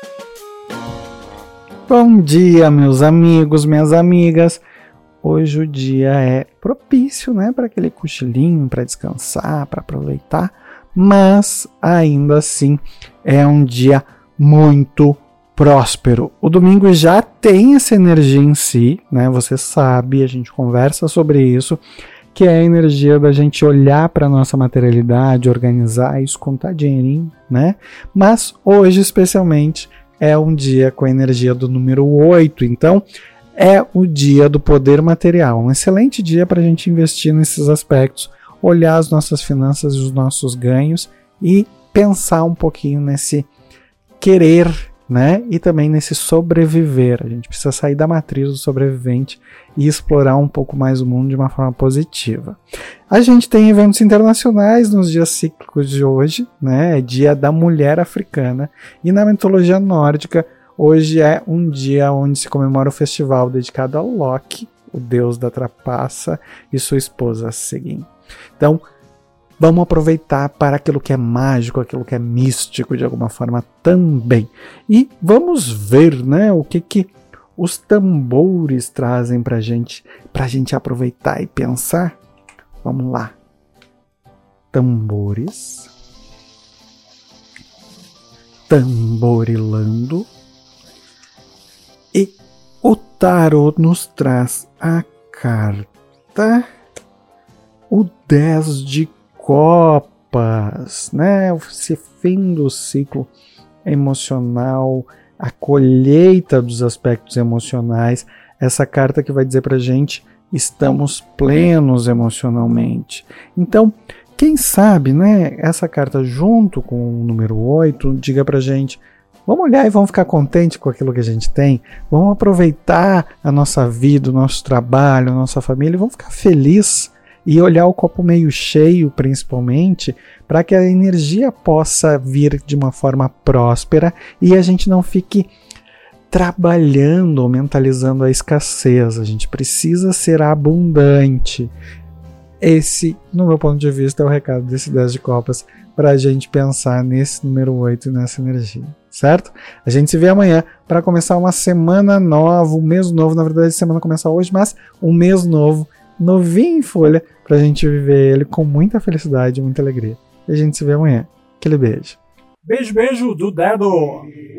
Bom dia, meus amigos, minhas amigas. Hoje o dia é propício, né, para aquele cochilinho, para descansar, para aproveitar, mas ainda assim é um dia muito próspero. O domingo já tem essa energia em si, né? Você sabe, a gente conversa sobre isso, que é a energia da gente olhar para a nossa materialidade, organizar isso, contar dinheirinho, né? Mas hoje, especialmente, é um dia com a energia do número 8, então é o dia do poder material. Um excelente dia para a gente investir nesses aspectos, olhar as nossas finanças e os nossos ganhos e pensar um pouquinho nesse querer, né? E também nesse sobreviver. A gente precisa sair da matriz do sobrevivente e explorar um pouco mais o mundo de uma forma positiva. A gente tem eventos internacionais nos dias cíclicos de hoje, né? É dia da mulher africana. E na mitologia nórdica, hoje é um dia onde se comemora o festival dedicado a Loki, o deus da trapaça, e sua esposa Sigyn. Então, vamos aproveitar para aquilo que é mágico, aquilo que é místico de alguma forma também. E vamos ver, né, o que os tambores trazem para a gente aproveitar e pensar. Vamos lá. Tambores. Tamborilando. E o tarot nos traz a carta, o 10 de copas, né? Esse fim do ciclo emocional, a colheita dos aspectos emocionais, essa carta que vai dizer pra gente, estamos plenos emocionalmente. Então, quem sabe, né, essa carta junto com o número 8, diga pra gente, vamos olhar e vamos ficar contente com aquilo que a gente tem, vamos aproveitar a nossa vida, o nosso trabalho, a nossa família, e vamos ficar felizes e olhar o copo meio cheio, principalmente, para que a energia possa vir de uma forma próspera e a gente não fique trabalhando ou mentalizando a escassez. A gente precisa ser abundante. Esse, no meu ponto de vista, é o recado desse 10 de copas para a gente pensar nesse número 8 e nessa energia, certo? A gente se vê amanhã para começar uma semana nova, um mês novo. Na verdade, a semana começa hoje, mas um mês novo, novinho em folha, pra gente viver ele com muita felicidade e muita alegria. E a gente se vê amanhã. Aquele beijo. Beijo, beijo do dedo!